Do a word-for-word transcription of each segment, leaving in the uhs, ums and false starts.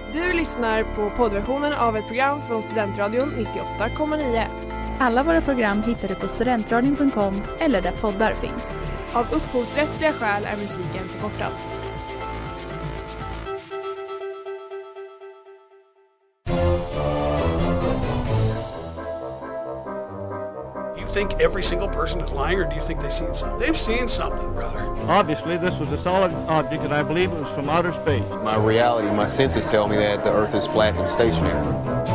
Du lyssnar på poddversionen av ett program från Studentradion nittioåtta komma nio. Alla våra program hittar du på studentradion punkt com eller där poddar finns. Av upphovsrättsliga skäl är musiken förkortad. You think every single person is lying, or do you think they've seen something? They've seen something, brother. Obviously, this was a solid object, and I believe it was from outer space. My reality, my senses tell me that the Earth is flat and stationary.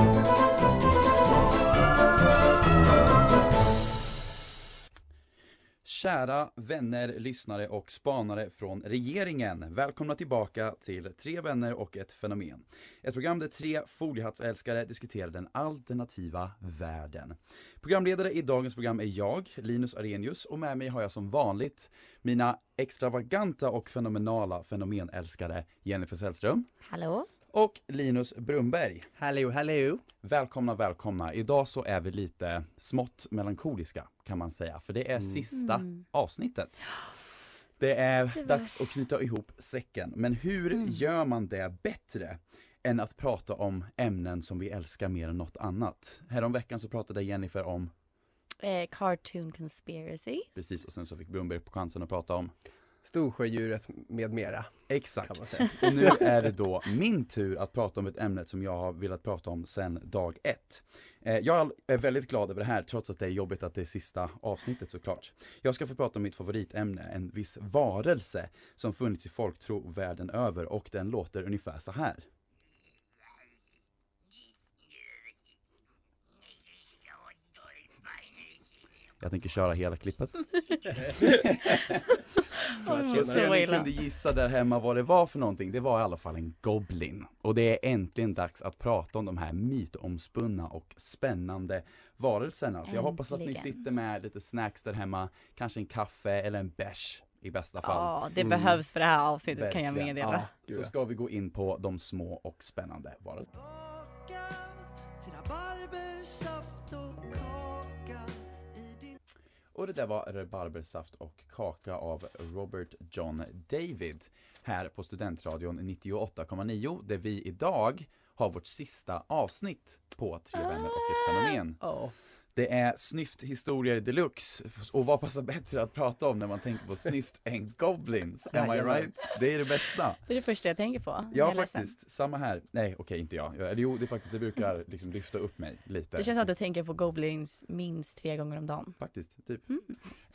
Kära vänner, lyssnare och spanare från regeringen. Välkomna tillbaka till Tre vänner och ett fenomen. Ett program där tre foliehattsälskare diskuterar den alternativa världen. Programledare i dagens program är jag, Linus Arrhenius, och med mig har jag som vanligt mina extravaganta och fenomenala fenomenälskare Jennifer Sällström. Hallå. Och Linus Brumberg. Hallå, hallå. Välkomna, välkomna. Idag så är vi lite smått melankoliska kan man säga. För det är mm. sista mm. avsnittet. Det är Tyvärr. dags att knyta ihop säcken. Men hur mm. gör man det bättre än att prata om ämnen som vi älskar mer än något annat? Härom veckan så pratade Jennifer om eh, Cartoon Conspiracy. Precis, och sen så fick Brumberg på chansen att prata om Storsjödjuret med mera. Exakt. Och nu är det då min tur att prata om ett ämne som jag har velat prata om sedan dag ett. Eh, jag är väldigt glad över det här, trots att det är jobbigt att det är sista avsnittet såklart. Jag ska få prata om mitt favoritämne, en viss varelse som funnits i folktro världen över, och den låter ungefär så här. Jag tänker köra hela klippet. Så ni kunde gissa där hemma vad det var för någonting. Det var i alla fall en goblin. Och det är äntligen dags att prata om de här mytomspunna och spännande varelserna. Så jag äntligen. hoppas att ni sitter med lite snacks där hemma. Kanske en kaffe eller en bärs i bästa fall. Ja, det mm. behövs för det här avsnittet. Verkligen. Kan jag meddela. Ja, så ska vi gå in på de små och spännande varelserna. Och det där var rabarbersaft och kaka av Robert John David här på Studentradion nittioåtta komma nio, där vi idag har vårt sista avsnitt på Tre vänner och ett fenomen. Oh. Det är snyfthistorier deluxe, och vad passar bättre att prata om när man tänker på snyft än goblins? Am I right? Det är det bästa. Det är det första jag tänker på. Ja, faktiskt. Ledsen. Samma här. Nej, okej, okay, inte jag. Eller jo, det är faktiskt, det brukar liksom lyfta upp mig lite. Det känns som att du tänker på goblins minst tre gånger om dagen. Faktiskt, typ. Mm.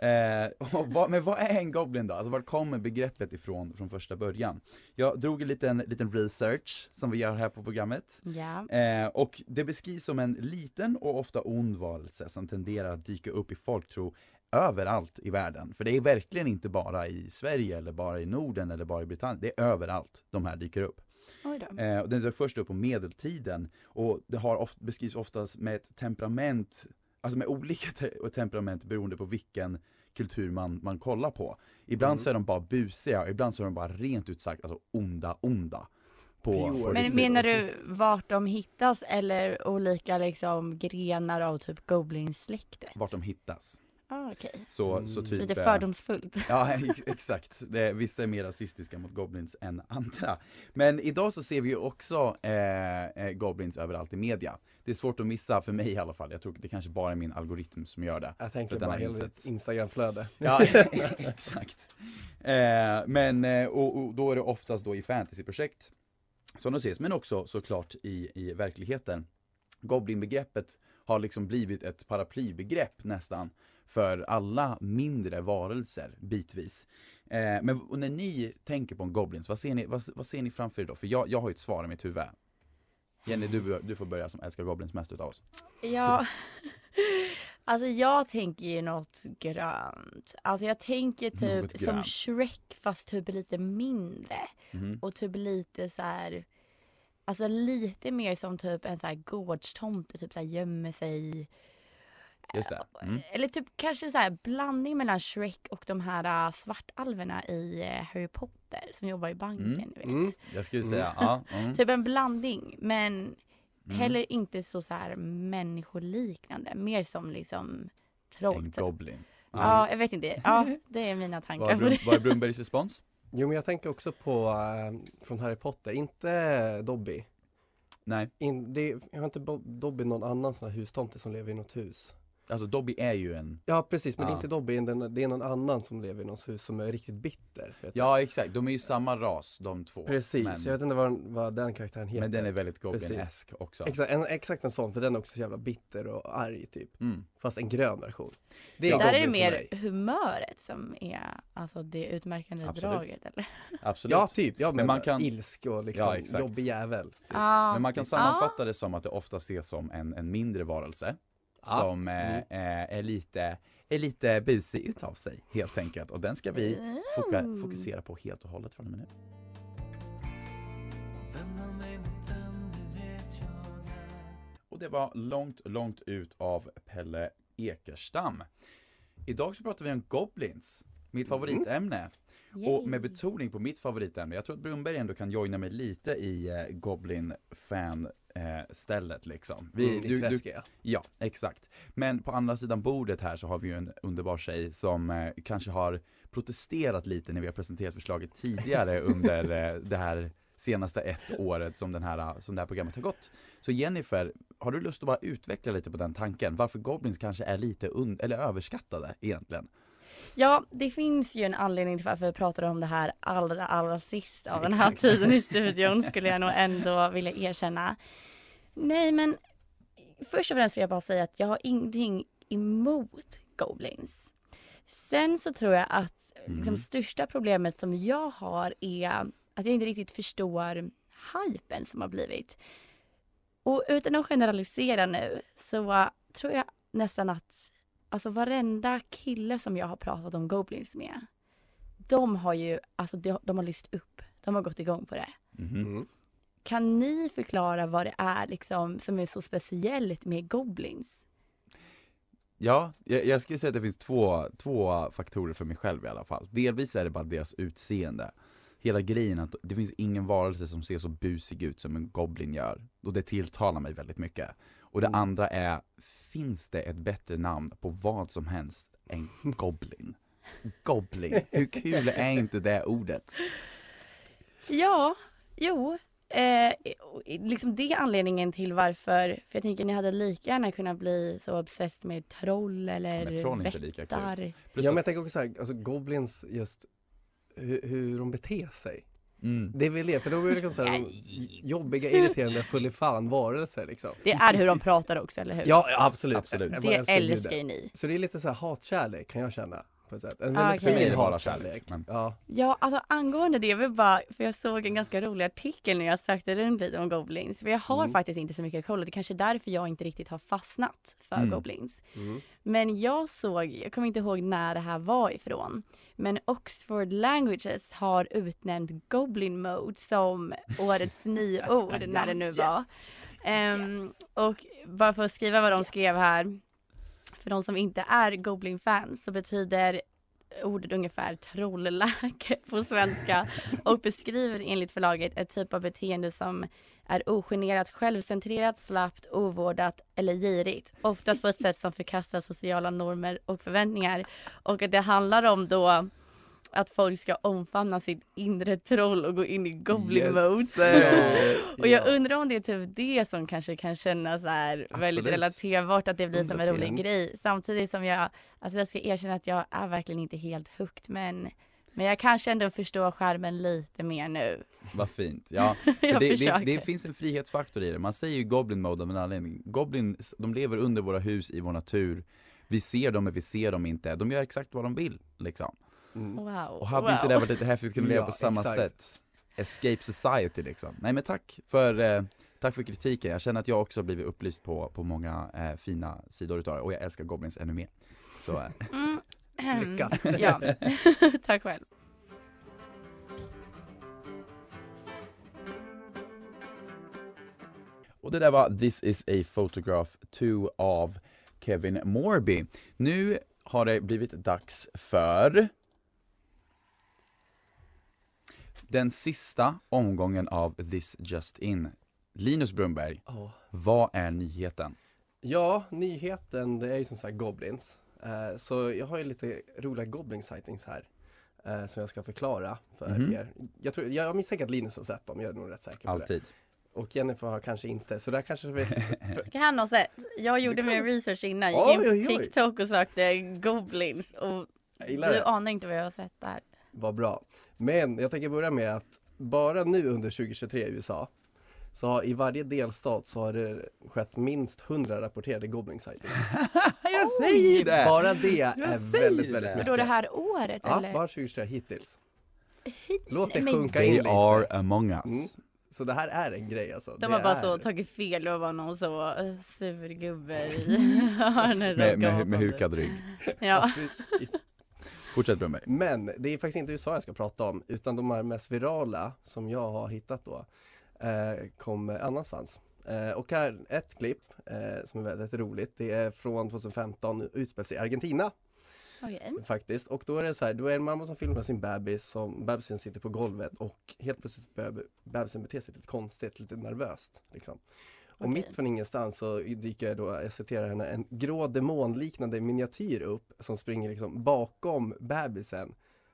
Eh, och vad, men vad är en goblin då? Alltså var kommer begreppet ifrån från första början? Jag drog en liten, liten research som vi gör här på programmet. Ja. Eh, och det beskrivs som en liten och ofta ond varelse som tenderar att dyka upp i folktro överallt i världen. För det är verkligen inte bara i Sverige eller bara i Norden eller bara i Britannien. Det är överallt de här dyker upp. Eh, och den dök först upp på medeltiden, och det har ofta, beskrivs oftast med ett temperament, alltså med olika te- temperament beroende på vilken kultur man, man kollar på. Ibland mm. så är de bara busiga, ibland så är de bara rent ut sagt alltså onda, onda. På, på Men menar du vart de hittas eller olika liksom grenar av typ goblinsläktet? Vart de hittas. Ah, okej. Okay. Så, mm. så typ, så lite fördomsfullt. Ja, exakt. Det, vissa är mer rasistiska mot goblins än andra. Men idag så ser vi ju också eh, goblins överallt i media. Det är svårt att missa, för mig i alla fall. Jag tror det kanske bara är min algoritm som gör det. Jag tänker bara hela ditt Instagram-flöde. Ja, exakt. Eh, men och, och då är det oftast då i fantasyprojekt som de ses, men också såklart i, i verkligheten. Goblinbegreppet har liksom blivit ett paraplybegrepp nästan för alla mindre varelser bitvis. Eh, men när ni tänker på en goblins, vad ser ni, vad, vad ser ni framför er då? För jag, jag har ju ett svar i mitt huvud. Jenny, du, du får börja som älskar goblins mest utav oss. Ja, alltså jag tänker ju något grönt. Alltså jag tänker typ som Shrek fast typ lite mindre. Mm. Och typ lite så här, alltså lite mer som typ en så här gårdstomte, typ så här gömmer sig. Just det. Mm. Eller typ kanske så här blandning mellan Shrek och de här uh, svartalverna i uh, Harry Potter som jobbar i banken, mm. vet. Mm. Jag skulle säga, mm. ja. Mm. Typ en blandning, men mm. heller inte så så här människoliknande, mer som liksom troll. En goblin. Ja, ja, jag vet inte. Ja, det är mina tankar. Vad är, Brum, vad är Brumbergs respons? Jo, men jag tänker också på äh, från Harry Potter, inte Dobby. Nej. In, det, jag har inte Bob, Dobby någon annan sån här hustomte som lever i något hus. Alltså Dobby är ju en... Ja, precis. Men ja. det är inte Dobby, det är någon annan som lever i något hus som är riktigt bitter. Vet ja, jag. exakt. De är ju samma ras, de två. Precis. Men... Jag vet inte vad, vad den karaktären heter. Men den är väldigt Goblin-esk också. Exakt en, exakt en sån, för den är också så jävla bitter och arg typ. Mm. Fast en grön version. Det är där är det mer humöret som är alltså det utmärkande Absolut. draget, eller? Absolut. Ja, typ. Ja, men, men man kan... ilsk och liksom ja, jobbig jävel. Typ. Ah. Men man kan sammanfatta ah. det som att det ofta ses som en, en mindre varelse. Ah. Som mm. eh, är lite är lite busig utav sig, helt enkelt. Och den ska vi foka- fokusera på helt och hållet från och med nu. Och det var långt, långt ut av Pelle Ekerstam. Idag så pratar vi om Goblins, mitt favoritämne. Mm. Och med betoning på mitt favoritämne. Jag tror att Brunberg ändå kan joina mig lite i eh, Goblin-fan-stället eh, liksom. Vi, mm, du, du, ja, exakt. Men på andra sidan bordet här så har vi ju en underbar tjej som eh, kanske har protesterat lite när vi har presenterat förslaget tidigare under eh, det här senaste ett året som, den här, som det här programmet har gått. Så Jennifer, har du lust att bara utveckla lite på den tanken? Varför Goblins kanske är lite un- eller överskattade egentligen? Ja, det finns ju en anledning till varför vi pratade om det här allra, allra sist av den här tiden i studion, skulle jag nog ändå vilja erkänna. Nej, men först och främst vill jag bara säga att jag har ingenting emot Goblins. Sen så tror jag att mm. liksom, största problemet som jag har är att jag inte riktigt förstår hypen som har blivit. Och utan att generalisera nu så tror jag nästan att alltså varenda kille som jag har pratat om Goblins med, de har ju, alltså de, de har lyst upp. De har gått igång på det. Mm-hmm. Kan ni förklara vad det är liksom som är så speciellt med Goblins? Ja, jag, jag skulle säga att det finns två, två faktorer för mig själv i alla fall. Delvis är det bara deras utseende. Hela grejen att det finns ingen varelse som ser så busig ut som en goblin gör. Och det tilltalar mig väldigt mycket. Och det mm. andra är, finns det ett bättre namn på vad som helst än goblin? Goblin, hur kul är inte det ordet? Ja, jo. Eh, liksom det är anledningen till varför, för jag tänker ni hade lika gärna kunnat bli så obsessed med troll eller men troll är inte lika kul. Ja, men jag tänker också så här, alltså goblins just hur, hur de beter sig. Mm. Det är väl det, för de är liksom så här jobbiga, irriterande, full i fan varelser liksom. Det är hur de pratar också, eller hur? Ja, absolut. absolut. Det älskar, älskar ju ni. Så det är lite så här hatkärlek kan jag känna. På ett sätt. En ah, väldigt okay. fin hatkärlek. Men... Ja. ja, alltså angående det, jag vill bara, för jag såg en ganska rolig artikel när jag sökte runt lite om Goblins. För jag har mm. faktiskt inte så mycket koll. Det är kanske därför jag inte riktigt har fastnat för mm. Goblins. Mm. Men jag såg, jag kommer inte ihåg när det här var ifrån. Men Oxford Languages har utnämnt Goblin Mode som årets nyord när det nu var. Yes. Um, yes. Och bara för att skriva vad de skrev här. För de som inte är Goblin-fans så betyder ordet ungefär trollläke på svenska och beskriver enligt förlaget ett typ av beteende som är ogenerat, självcentrerat, slappt, ovårdat eller girigt. Oftast på ett sätt som förkastar sociala normer och förväntningar. Och att det handlar om då att folk ska omfamna sitt inre troll och gå in i goblin-mode. Yes, och jag undrar om det är typ det som kanske kan kännas så här väldigt relaterbart, att det blir som en rolig grej. Samtidigt som jag, alltså jag ska erkänna att jag är verkligen inte helt hooked, men, men jag kanske ändå förstår skärmen lite mer nu. Vad fint. Ja, det, det, det finns en frihetsfaktor i det. Man säger ju goblin-mode av en anledning. Goblins, de lever under våra hus i vår natur. Vi ser dem men vi ser dem inte. De gör exakt vad de vill, liksom. Mm. Wow. Och hade wow. inte det varit lite häftigt att kunna leva ja, på samma exakt. sätt? Escape society liksom. Nej men tack för, eh, tack för kritiken. Jag känner att jag också har blivit upplyst på, på många eh, fina sidor utav det. Och jag älskar Goblins ännu mer. Så eh. mm. lycka. Ja. Tack själv. Och det där var This is a photograph two av Kevin Morby. Nu har det blivit dags för den sista omgången av This Just In. Linus Brunberg, oh. vad är nyheten? Ja, nyheten det är ju som sagt Goblins. Uh, så jag har ju lite roliga Goblin-sightings här uh, som jag ska förklara för mm-hmm. er. Jag, tror, jag misstänker att Linus har sett dem, jag är nog rätt säker på Alltid. det. Och Jennifer har kanske inte. Så där kanske vi... För... Kan ha sett. Jag gjorde min research innan. Oj, Gick in på oj, oj. TikTok och sökte goblins. Och du anar inte vad jag har sett där. Vad bra. Men jag tänker börja med att bara nu under tjugohundratjugotre i U S A så har i varje delstat så har det skett minst hundra rapporterade goblin-sightningar. Jag säger det! Bara det är väldigt, väldigt mycket. Men då det här året Ja, eller? bara tjugohundratjugotre hittills. Låt det Men sjunka in They lite. are among us. Mm. Så det här är en grej alltså. De det har bara är... så tagit fel och var någon så uh, surgubbe i hörnet. Med, med, med hukad rygg. Ja. Precis. Fortsätt Brunnberg. Men det är faktiskt inte U S A jag ska prata om, utan de här mest virala som jag har hittat då eh, kommer annanstans. Eh, och här ett klipp eh, som är väldigt roligt, det är från tjugohundrafemton, utspelar sig i Argentina. Okay. Faktiskt, och då är det så här, då är det en mamma som filmar sin bebis, som bebisen sitter på golvet och helt plötsligt börjar bebisen bete sig lite konstigt, lite nervöst liksom. Och Okay. mitt från ingenstans så dyker då, jag citerar henne, en grå demonliknande miniatyr upp som springer liksom bakom bebisen.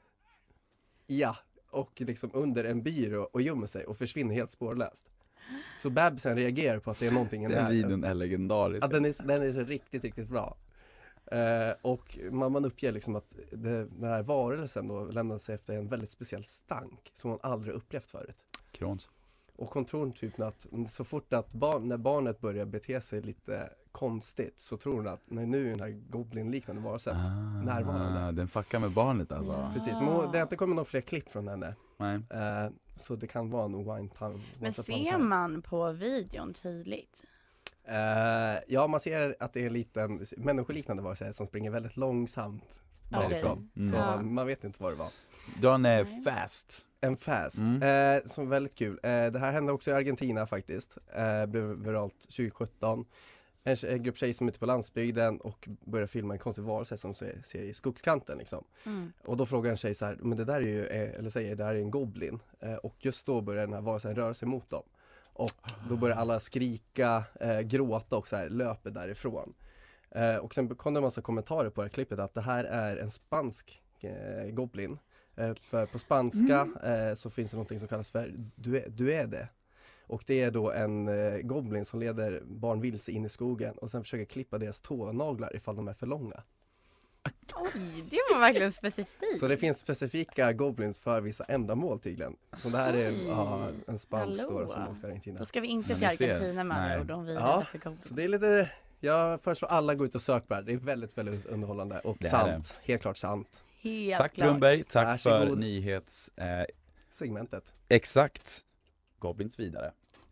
Ja, och liksom under en byrå och gömmer sig och försvinner helt spårlöst. Så bebisen reagerar på att det är någonting i Den videon är legendarisk. Ja, den är, den är så riktigt, riktigt bra. Uh, och mamman uppger liksom att det, den här varelsen då lämnar sig efter en väldigt speciell stank som hon aldrig upplevt förut. Krons. Och hon tror typ att så fort att barn, när barnet börjar bete sig lite konstigt så tror hon att nej, nu är den här goblin-liknande varelsen Ah, närvarande. Den fuckar med barnet alltså. Ja. Precis, men hon, det har inte kommit några fler klipp från henne. Nej. Uh, så det kan vara en wine time. Men ser man på videon tydligt? Uh, ja, man ser att det är en liten människoliknande varelse som springer väldigt långsamt bakom. Okay. Mm. Så Ja. man vet inte vad det var. Den är fast. En fast, Mm. eh, som är väldigt kul. Eh, det här hände också i Argentina faktiskt. Eh, blev viralt tjugosjutton. En, en grupp tjejer som är ute på landsbygden och börjar filma en konstig varelse som ser, ser i skogskanten liksom. Mm. Och då frågar en tjej så här, men det där är ju, eh, eller säger det där är en goblin. Eh, och just då börjar den här varelsen röra sig mot dem. Och då börjar alla skrika, eh, gråta och så här, löper därifrån. Eh, och sen kom det en massa kommentarer på det här klippet att det här är en spansk eh, goblin. Eh, för på spanska mm. eh, så finns det något som kallas för duende. Och det är då en eh, goblin som leder barn vilse in i skogen och sen försöker klippa deras tånaglar ifall de är för långa. Oj, det var verkligen specifikt. Så det finns specifika goblins för vissa ändamål tydligen. Så det här är ja, en spansk då som åkte Argentina. Då ska vi inte till Argentina med andra ord om vi ja, för goblins. Så det är lite, jag föreslår alla gå ut och söka på det. Det är väldigt, väldigt underhållande och det sant. Helt klart sant. Helt tack klart. Brunnberg, tack Varsågod. för nyhets... Eh, segmentet. Exakt. Goblins vidare.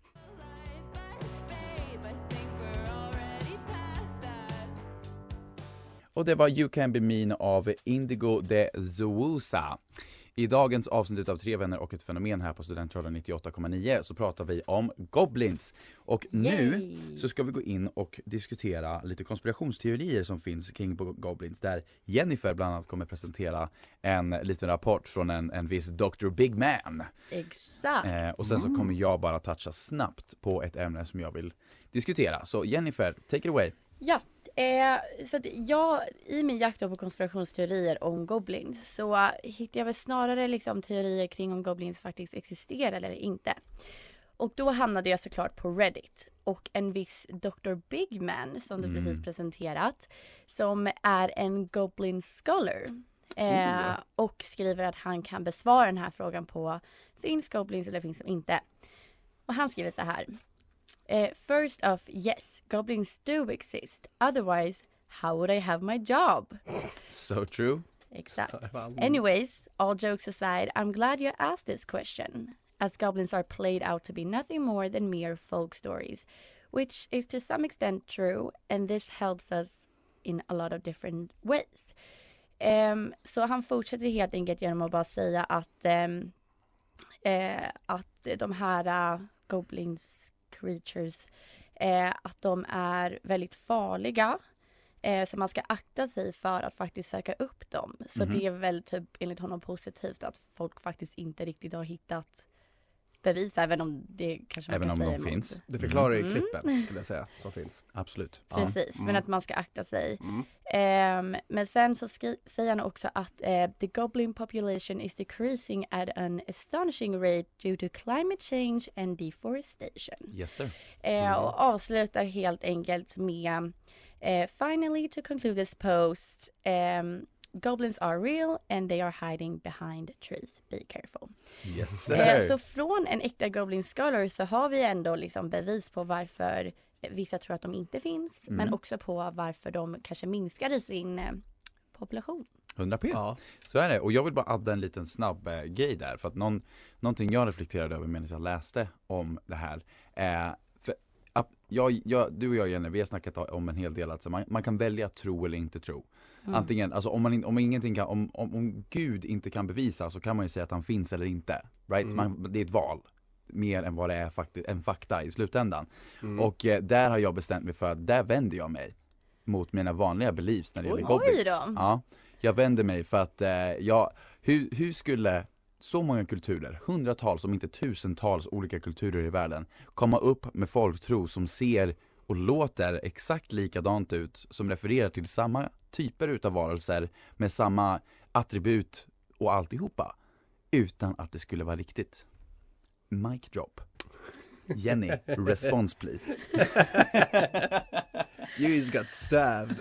Och det var You Can Be Mean av Indigo de Zousa. I dagens avsnitt av Tre vänner och ett fenomen här på Studentradion nittioåtta komma nio så pratar vi om goblins. Och nu Yay. så ska vi gå in och diskutera lite konspirationsteorier som finns kring goblins. Där Jennifer bland annat kommer presentera en liten rapport från en, en viss doktor Big Man. Exakt. Eh, och sen så kommer jag bara toucha snabbt på ett ämne som jag vill diskutera. Så Jennifer, take it away. Ja, eh, så att jag i min jakt på konspirationsteorier om goblins så hittade jag väl snarare liksom teorier kring om goblins faktiskt existerar eller inte. Och då hamnade jag såklart på Reddit och en viss doktor Big Man som du Mm. precis presenterat som är en goblin scholar. Eh, Oh. och skriver att han kan besvara den här frågan på finns goblins eller finns de inte. Och han skriver så här. Uh, first off, yes, goblins do exist. Otherwise, how would I have my job? So true. Exact. Anyways, all jokes aside, I'm glad you asked this question, as goblins are played out to be nothing more than mere folk stories, which is to some extent true, and this helps us in a lot of different ways. Um, så han fortsätter helt enkelt genom att bara säga att, um, uh, att de här uh, goblins creatures, eh, att de är väldigt farliga. Eh, så man ska akta sig för att faktiskt söka upp dem. Så Mhm. det är väl typ enligt honom positivt att folk faktiskt inte riktigt har hittat bevisa, även om det kanske man Även kan om säga de emot. finns. Det förklarar ju Mm. klippen skulle jag säga, som finns. Absolut. Precis, Mm. men att man ska akta sig. Mm. Ehm, men sen så skri- säger han också att eh, the goblin population is decreasing at an astonishing rate due to climate change and deforestation. Yes sir. Eh, och avslutar helt enkelt med eh, finally to conclude this post, um, goblins are real and they are hiding behind trees. Be careful. Yes Eh, sir. så från en äkta goblin scholar så har vi ändå liksom bevis på varför vissa tror att de inte finns, Mm. men också på varför de kanske minskar i sin eh, population. hundra p. Ja. Så är det. Och jag vill bara adda en liten snabb eh, grej där. För att någon, någonting jag reflekterade över medan jag läste om det här. Eh, för, att jag, jag, du och jag, Jenny, vi har snackat om en hel del. Alltså man, man kan välja att tro eller inte tro. Mm. Antingen, alltså om, man, in- om, ingenting kan, om, om, om Gud inte kan bevisa så kan man ju säga att han finns eller inte. Right? Mm. Man, det är ett val. Mer än vad det är fakti- en fakta i slutändan. Mm. Och eh, där har jag bestämt mig för att där vänder jag mig mot mina vanliga beliefs när det Oj. gäller goblins. Oj då. Ja, jag vänder mig för att eh, jag, hur, hur skulle så många kulturer, hundratals om inte tusentals olika kulturer i världen komma upp med folktro som ser och låter exakt likadant ut, som refererar till samma typer utav varelser med samma attribut och alltihopa, utan att det skulle vara riktigt. Mic drop. Jenny, response please. You just got served.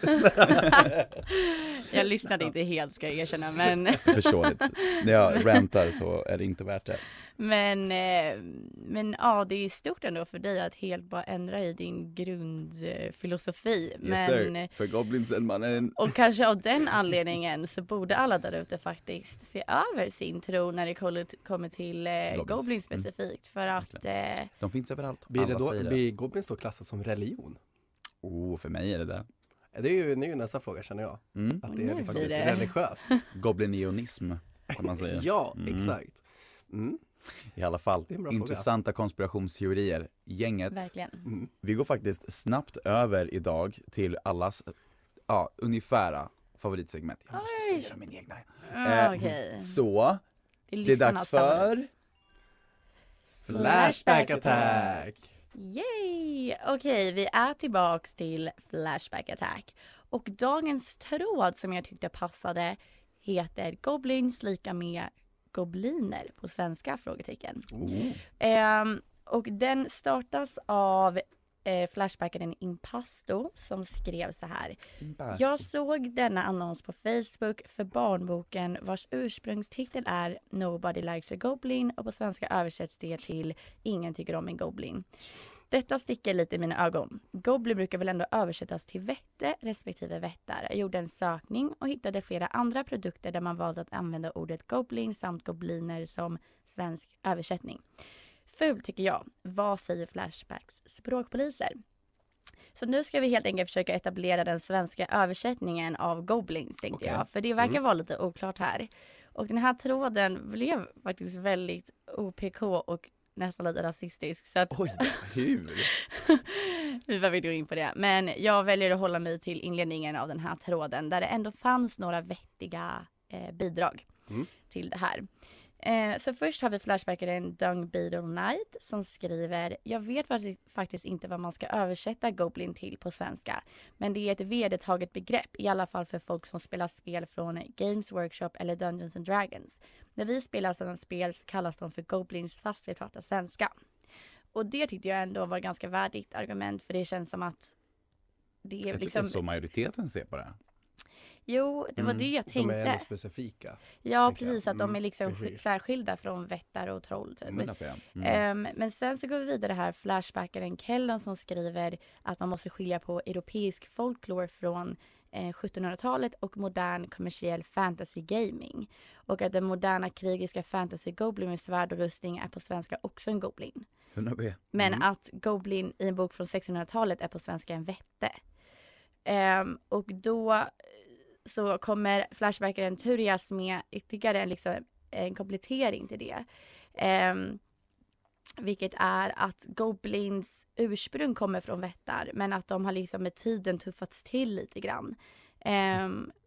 Jag lyssnade inte helt, ska jag erkänna, men, Förståeligt. När jag rantar så är det inte värt det. men, eh, men ja, det är ju stort ändå för dig att helt bara ändra i din grundfilosofi. Men, För goblinsen mannen. och kanske av den anledningen så borde alla där ute faktiskt se över sin tro när det kommer- kommer till eh, Goblins. goblins specifikt. För att eh, De finns överallt. Blir, det Alla då, säger det. blir goblins då klassat som religion? Oh, för mig är det det. Det är ju, det är ju nästa fråga känner jag. Mm. Att det Nu är blir faktiskt det. religiöst. Goblinionism kan man säga. Ja, Mm. exakt. Mm. I alla fall, Det är en bra intressanta konspirationsteorier. Gänget. verkligen. Mm. Vi går faktiskt snabbt över idag till allas, ja, ungefära favoritsegment. Jag måste Oj. säga det min egna. Ah, Eh, okej. Så, Det är, det är lyssnarnas dags för favorit. Flashback attack! Yay! Okej, vi är tillbaks till Flashback Attack. Och dagens tråd som jag tyckte passade heter Goblins lika med gobliner på svenska? Frågetecken. oh. Ehm, och den startas av eh, Flashbackaren Impasto som skrev så här. Jag såg denna annons på Facebook för barnboken vars ursprungstitel är Nobody likes a goblin och på svenska översätts det till Ingen tycker om en goblin. Detta sticker lite i mina ögon. Goblin brukar väl ändå översättas till vätte respektive vättare. Jag gjorde en sökning och hittade flera andra produkter där man valde att använda ordet goblin samt gobliner som svensk översättning. Ful tycker jag. Vad säger Flashbacks språkpoliser? Så nu ska vi helt enkelt försöka etablera den svenska översättningen av goblins, tänkte Okej. jag. För det verkar Mm. vara lite oklart här. Och den här tråden blev faktiskt väldigt O P K och nästan lite rasistisk. Så att Oj, hur? vi behöver inte gå in på det. Men jag väljer att hålla mig till inledningen av den här tråden där det ändå fanns några vettiga eh, bidrag Mm. till det här. Eh, så först har vi flashbackaren Dung Beetle Knight som skriver: Jag vet faktiskt- faktiskt inte vad man ska översätta Goblin till på svenska. Men det är ett vedertaget begrepp, i alla fall för folk som spelar spel från Games Workshop eller Dungeons and Dragons. När vi spelar sådana spel så kallas de för Goblins fast vi pratar svenska. Och det tyckte jag ändå var ett ganska värdigt argument, för det känns som att det är Jag tycker liksom... så majoriteten ser på det. Jo, det var Mm. det jag De är ändå tänkte. specifika. Ja, tänker jag. precis. Att de Mm, är liksom precis. särskilda från vättar och troll. Typ. hundra p. Mm. Ehm, men sen så går vi vidare här. Flashbackaren Kellen som skriver att man måste skilja på europeisk folklore från eh, sjuttonhundratalet och modern kommersiell fantasy gaming. Och att den moderna krigiska fantasy goblin med svärd och rustning är på svenska också en goblin. hundra p. Men Mm. att goblin i en bok från sextonhundratalet är på svenska en vätte. Ehm, och då så kommer flashbackaren Turias med ytterligare en, liksom, en komplettering till det. Ehm, vilket är att goblins ursprung kommer från vättar, men att de har liksom med tiden tuffats till lite grann. Ehm,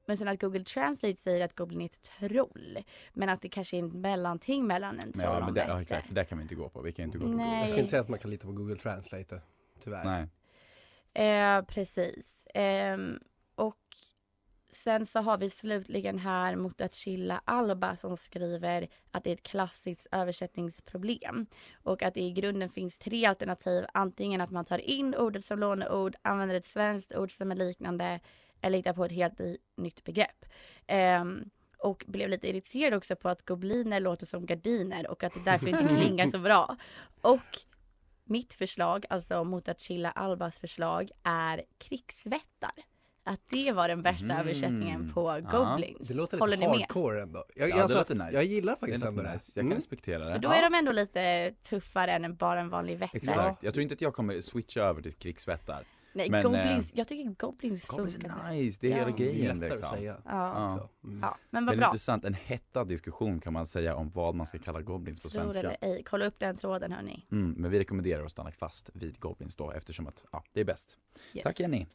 Men sen att Google Translate säger att Goblin är ett troll. Men att det kanske är en mellanting mellan en troll Ja, och men en det, vätter. ja, exakt, för där kan vi inte gå på. Vi kan inte gå på Nej. Google. Jag skulle inte säga att man kan lita på Google Translate, tyvärr. Nej. Eh, precis. Eh, och sen så har vi slutligen här Mutachilla Alba som skriver att det är ett klassiskt översättningsproblem. Och att det i grunden finns tre alternativ. Antingen att man tar in ordet som låneord, använder ett svenskt ord som är liknande eller hittar på ett helt nytt begrepp. Eh, och blev lite irriterad också på att gobliner låter som gardiner och att det därför inte klingar så bra. Och mitt förslag, alltså Mutachilla Albas förslag, är krigsvättar. Att det var den bästa Mm. översättningen på Ja. Goblins. Det låter Håller lite ni med? hardcore ändå. Jag, Ja, jag, det alltså, låter nice. jag gillar Det faktiskt är ändå lite det. nice. Jag kan Mm. respektera det. För då Ja. är de ändå lite tuffare än bara en vanlig vätter. Exakt. Jag tror inte att jag kommer switcha över till krigsvättar. Nej, Men, Goblins, jag tycker Goblins Goblins funkar. är nice, det är Ja. hela Det är grejen lättare liksom. att säga. Ja. också. Mm. Ja, men vad Väldigt bra. intressant, en hettad diskussion kan man säga om vad man ska kalla goblins på Tror svenska. eller ej. Kolla upp den tråden, hörni. Mm, men vi rekommenderar att stanna fast vid goblins då eftersom att ja, det är bäst. Yes. Tack Jenny.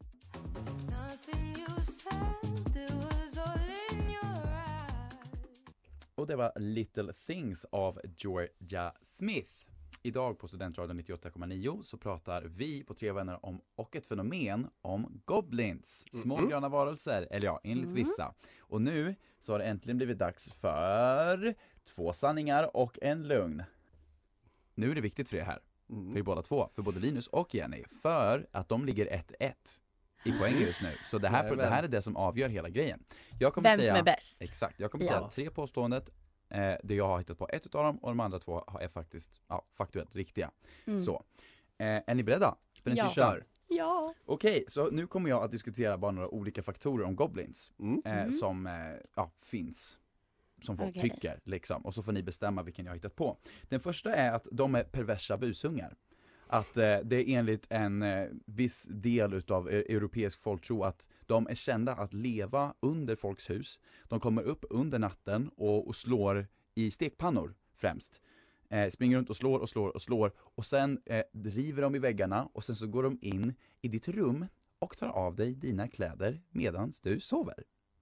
Och det var Little Things av Georgia Smith. Idag på Studentradion nittioåtta komma nio så pratar vi på Tre vänner om och ett fenomen om goblins. Små Mhm. gröna varelser, eller ja, enligt Mm. vissa. Och nu så har det äntligen blivit dags för två sanningar och en lögn. Nu är det viktigt för er här, Mm. för er båda två, för både Linus och Jenny, för att de ligger ett ett i poäng just nu. Så det här, Jajamän. det här är det som avgör hela grejen. Jag kommer Vem säga, som är bäst. Exakt, jag kommer Ja. säga tre påståendet. Eh, det jag har hittat på ett av dem och de andra två är faktiskt ja, faktuellt riktiga. Mm. Så, eh, är ni beredda? För den Ja. sista? Kör. Ja. Okej, så nu kommer jag att diskutera bara några olika faktorer om goblins Mm. eh, Mm. som eh, ja, finns. Som folk Okej. tycker liksom. Och så får ni bestämma vilken jag har hittat på. Den första är att de är perversa busungar. Att eh, det är enligt en eh, viss del utav eh, europeisk folktro att de är kända att leva under folks hus. De kommer upp under natten och, och slår i stekpannor främst. Eh, springer runt och slår och slår och slår och sen eh, river de i väggarna och sen så går de in i ditt rum och tar av dig dina kläder medans du sover.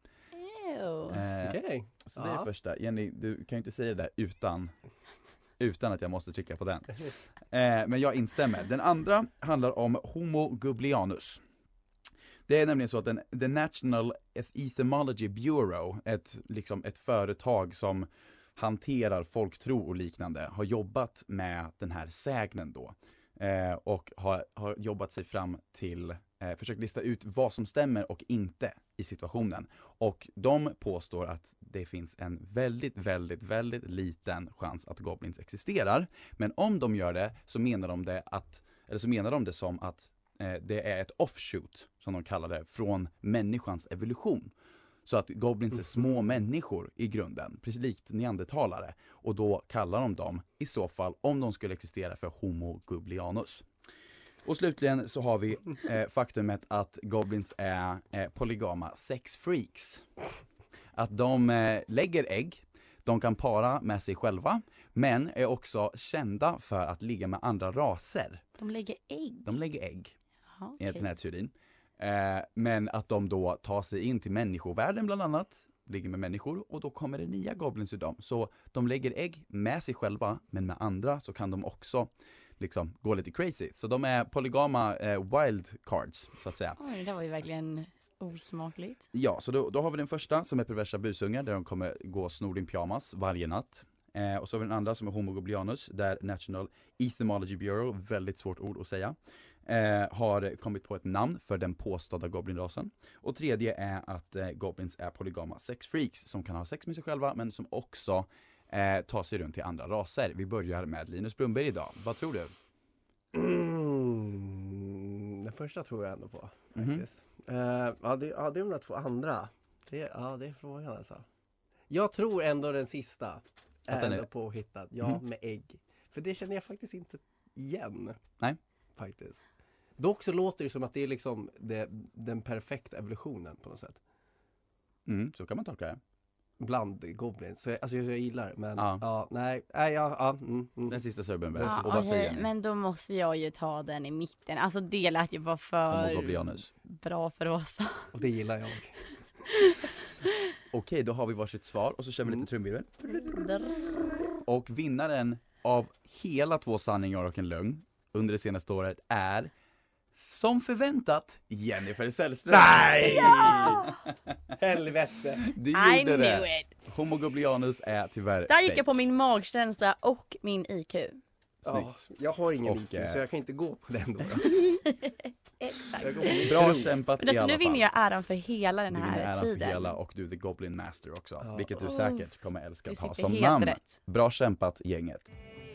Ew. Eh, Okej. Så det är Ja. det första. Jenny, du kan ju inte säga det där utan, utan att jag måste trycka på den. Eh, men jag instämmer. Den andra handlar om Homo gublianus. Det är nämligen så att den, The National Etymology Bureau, ett, liksom ett företag som hanterar folktro och liknande, har jobbat med den här sägnen då. Eh, och har, har jobbat sig fram till, eh, försökt lista ut vad som stämmer och inte i situationen. Och de påstår att det finns en väldigt, väldigt, väldigt liten chans att goblins existerar. Men om de gör det så menar de det, att, eller så menar de det som att eh, det är ett offshoot, som de kallar det, från människans evolution. Så att goblins är små människor i grunden, precis likt neandertalare. Och då kallar de dem, i så fall, om de skulle existera, för Homo gublianus. Och slutligen så har vi eh, faktumet att goblins är eh, polygama sexfreaks. Att de eh, lägger ägg, de kan para med sig själva, men är också kända för att ligga med andra raser. De lägger ägg. De lägger ägg, Jaha, enligt okej. den här teorin. Eh, men att de då tar sig in till människovärlden bland annat, ligger med människor, och då kommer det nya goblins ur dem. Så de lägger ägg med sig själva, men med andra så kan de också liksom gå lite crazy. Så de är polygama eh, wild cards, så att säga. Oj, det där var ju verkligen osmakligt. Ja, så då, då har vi den första som är perversa busungar, där de kommer gå snor in pyjamas varje natt. Eh, och så har vi den andra som är Homo gublianus, där National Etymology Bureau, väldigt svårt ord att säga, eh, har kommit på ett namn för den påstådda goblinrasen. Och tredje är att eh, goblins är polygama sexfreaks som kan ha sex med sig själva, men som också eh, tar sig runt till andra raser. Vi börjar med Linus Brunberg idag. Vad tror du? Mm, den första tror jag ändå på, faktiskt. Mhm. Eh, ja, det, ja, det är de där två andra. Det, ja, det är frågan alltså. Jag tror ändå den sista Att är den är- ändå påhittad. Ja, Mhm. med ägg. För det känner jag faktiskt inte igen. Nej. Faktiskt. Dock så låter det som att det är liksom det, den perfekta evolutionen på något sätt. Mm, så kan man tolka det. Bland goblins. Så jag, alltså jag, jag gillar det, men Ja. ja, nej, nej, ja, ja, mm, mm. Den sista Sir Brunberg. Ja, Och vad säger okej, ni? men då måste jag ju ta den i mitten. Alltså det lät ju bara Homo för gublianus. bra för oss. Och det gillar jag. Okej, då har vi varsitt svar och så kör vi lite trumvirvel. Och vinnaren av hela två sanningar och en lögn under det senaste året är som förväntat Jennifer Sällström. Nej! Ja! Helvete. Du I gjorde knew det. it. Homo goblianus är tyvärr Där gick fake. jag på min magkänsla och min I Q. Snyggt. Ja, jag har ingen Och, I Q eh, så jag kan inte gå på den då. Exakt. Jag går på min Bra tro. kämpat Men i alltså, alla nu fall. vinner jag äran för hela den Du vinner här äran tiden. för hela och du är The Goblin Master också. Ja. Vilket du Oh. säkert kommer älska Du att ha sitter som helt namn. rätt. Bra kämpat gänget.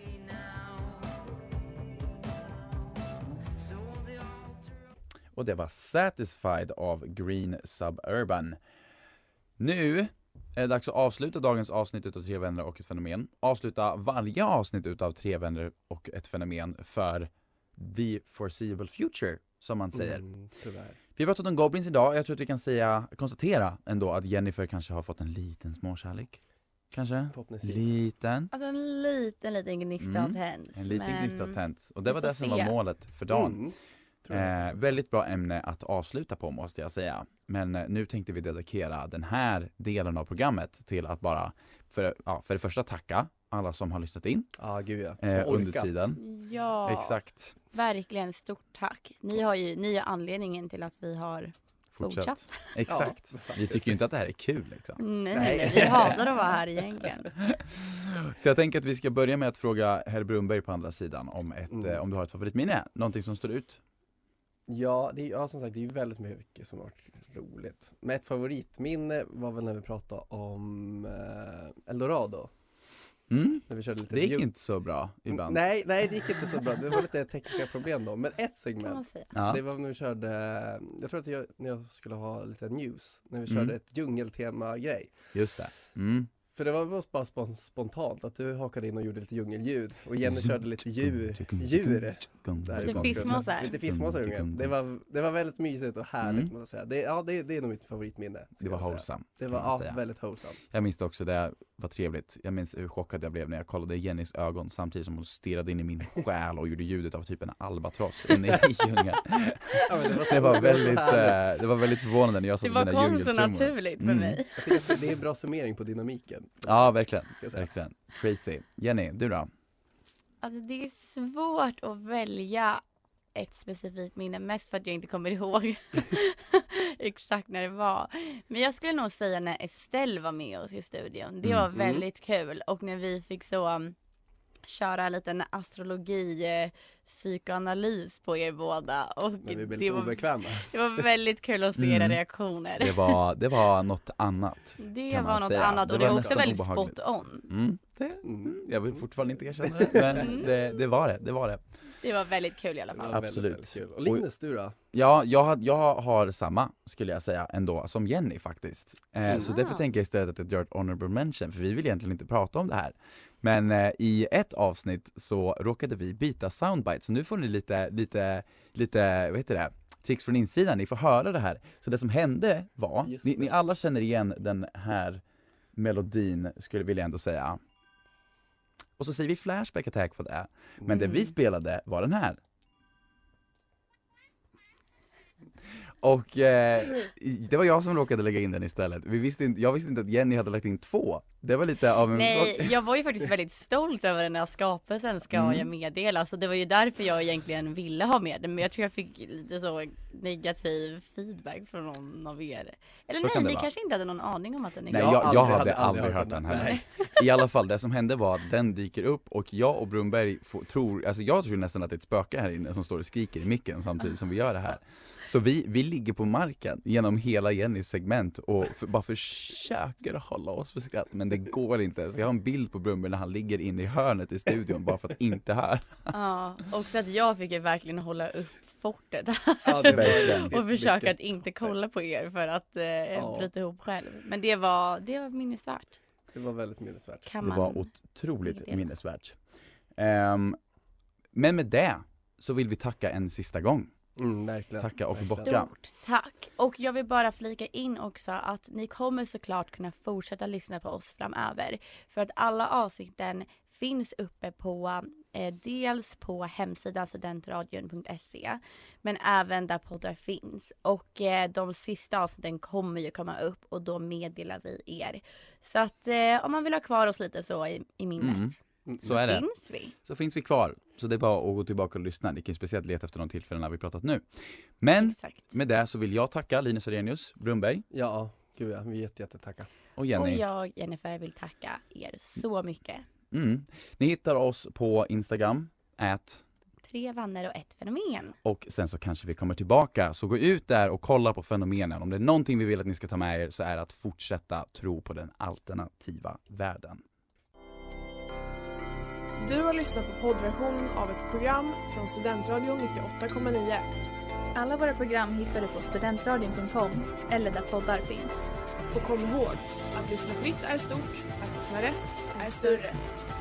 Och det var Satisfied av Green Suburban. Nu är det dags att avsluta dagens avsnitt utav Tre vänner och ett fenomen. Avsluta varje avsnitt utav Tre vänner och ett fenomen för the foreseeable future, som man säger. Mm, tyvärr. Vi har pratat om Goblins idag. Jag tror att vi kan säga, konstatera ändå att Jennifer kanske har fått en liten småkärlek. Kanske? Förhoppningsvis. Liten. Alltså en liten, liten gnista Mm. har tänts. En liten men... gnista tänds. Och det vi var får det som se. var målet för dagen. Mm, tror jag. Eh, väldigt bra ämne att avsluta på, måste jag säga. Men eh, nu tänkte vi dedikera den här delen av programmet till att bara för, ja, för det första tacka alla som har lyssnat in Ja, gud ja. Som eh, har under orkat. tiden. Ja, Exakt. verkligen stort tack. Ni har ju ni är anledningen till att vi har Fortsätt. fortsatt. Exakt. Ja, vi faktiskt. tycker ju inte att det här är kul liksom. Nej, nej, Nej. nej, vi hatar att vara här egentligen. Så jag tänker att vi ska börja med att fråga herr Brunberg på andra sidan om, ett, Mm. eh, om du har ett favoritminne. Någonting som står ut. Ja, det är, ja, som sagt, det är ju väldigt mycket som har varit roligt. Men ett favoritminne var väl när vi pratade om eh, Eldorado. Mm. När vi körde lite Det gick ljud- inte så bra ibland. Nej, nej, det gick inte så bra. Det var lite tekniska problem då. Men ett Kan man segment, säga. Ja. det var när vi körde, jag tror att jag, när jag skulle ha lite news, när vi Mm. körde ett djungeltema-grej. Just det. Mm. För det var bara spon- spontant att du hakade in och gjorde lite djungelljud. Och Jenny körde lite djur. djur där i Lite bakgrunden. fiskmåsar. Lite fiskmåsar i ungen. Det var, det var väldigt mysigt och härligt Mm. måste jag säga. Det, ja, det, det är nog mitt favoritminne. Det skulle var jag säga. wholesome. Det kan var man ja, säga. väldigt wholesome. Jag minns det också, det var trevligt. Jag minns hur chockad jag blev när jag kollade i Jennys ögon samtidigt som hon stirrade in i min själ och gjorde ljudet av typ en albatross inne i djungeln. Ja, men det var så- Det var det var så väldigt, härligt. eh, det var väldigt förvånande när jag Det satt var med mina kom så djungeltrummor. naturligt för Mm. mig. Jag tycker att det- det är en bra summering på dynamiken. Ja, verkligen. Ska jag säga. verkligen. Crazy. Jenny, du då? Alltså det är svårt att välja ett specifikt minne, mest för att jag inte kommer ihåg exakt när det var. Men jag skulle nog säga när Estelle var med oss i studion. Det Mm. var väldigt kul. Och när vi fick så um, köra en liten astrologi eh, psykoanalys på er båda. Och När vi blev det, lite var, obekväma. det var väldigt kul att se Mm. era reaktioner. Det var, det var något annat. Det kan man var något säga. annat Det och det var var också nästan väldigt obehagligt. spot on. Mm. Det, Mm. jag vill fortfarande inte erkänna det, men det, det var det. Det var det. Det var väldigt kul i alla Det fall. var väldigt, Absolut. väldigt kul. Och Linus, du då? Ja, jag har, jag har samma, skulle jag säga, ändå, som Jenny faktiskt. Eh, Så Ah. därför tänker jag istället att jag gör ett honorable mention, för vi vill egentligen inte prata om det här. Men eh, i ett avsnitt så råkade vi byta soundbite, så nu får ni lite, lite, lite, vad heter det, tricks från insidan, ni får höra det här. Så det som hände var, Just ni, det. ni alla känner igen den här melodin, skulle vilja ändå säga. Och så säger vi Flashback Attack på det. Men det vi spelade var den här. Och eh, det var jag som råkade lägga in den istället. Vi visste inte, jag visste inte att Jenny hade lagt in två. Det var lite av en... Nej, jag var ju faktiskt väldigt stolt över den här skapelsen, ska Mm. jag meddela. Så det var ju därför jag egentligen ville ha med den. Men jag tror jag fick lite så negativ feedback från någon av er. Eller Så kan nej, det ni vara. kanske inte hade någon aning om att den Nej, existerade. jag, jag aldrig- hade hade aldrig hört den heller. Nej. I alla fall, det som hände var att den dyker upp och jag och Brunberg får, tror, alltså jag tror nästan att det är ett spöke här inne som står och skriker i micken samtidigt som vi gör det här. Så vi, vi ligger på marken genom hela Jennys segment och för, bara försöker hålla oss för skratt, men det går inte. Så jag har en bild på Brunberg när han ligger inne i hörnet i studion bara för att inte höra. Ja, och så att jag fick ju verkligen hålla upp fortet Ja, det var Verkligen. riktigt och försöka mycket. att inte kolla på er för att eh, Ja. bryta ihop själv. Men det var, det var minnesvärt. Det var väldigt minnesvärt. Kan Det man... var otroligt meddela. minnesvärt. Ehm, men med det så vill vi tacka en sista gång. Mm, verkligen. Tacka och Verkligen. bocka. Stort tack! Och jag vill bara flika in också att ni kommer såklart kunna fortsätta lyssna på oss framöver. För att alla avsnitten finns uppe på eh, dels på hemsidan studentradion punkt se, men även där poddar finns. Och eh, de sista avsnitten kommer ju komma upp och då meddelar vi er. Så att eh, om man vill ha kvar oss lite så i, i minnet. Mm. Så, så är det. finns vi. Så finns vi kvar. Så det är bara att gå tillbaka och lyssna. Ni kan speciellt leta efter de tillfällena vi pratat nu. Men Exakt. med det så vill jag tacka Linus Arrhenius Brunberg. Ja, gud ja, vi är jätte, jätte tacka. Och Jenny. Och jag, Jennifer, vill tacka er så mycket. Mm. Ni hittar oss på Instagram, at Tre vänner och ett fenomen. och sen så kanske vi kommer tillbaka. Så gå ut där och kolla på fenomenen. Om det är någonting vi vill att ni ska ta med er så är det att fortsätta tro på den alternativa världen. Du har lyssnat på poddversionen av ett program från Studentradion nittioåtta komma nio. Alla våra program hittar du på studentradion punkt com eller där poddar finns. Och kom ihåg, att lyssna fritt är stort, att lyssna rätt är större.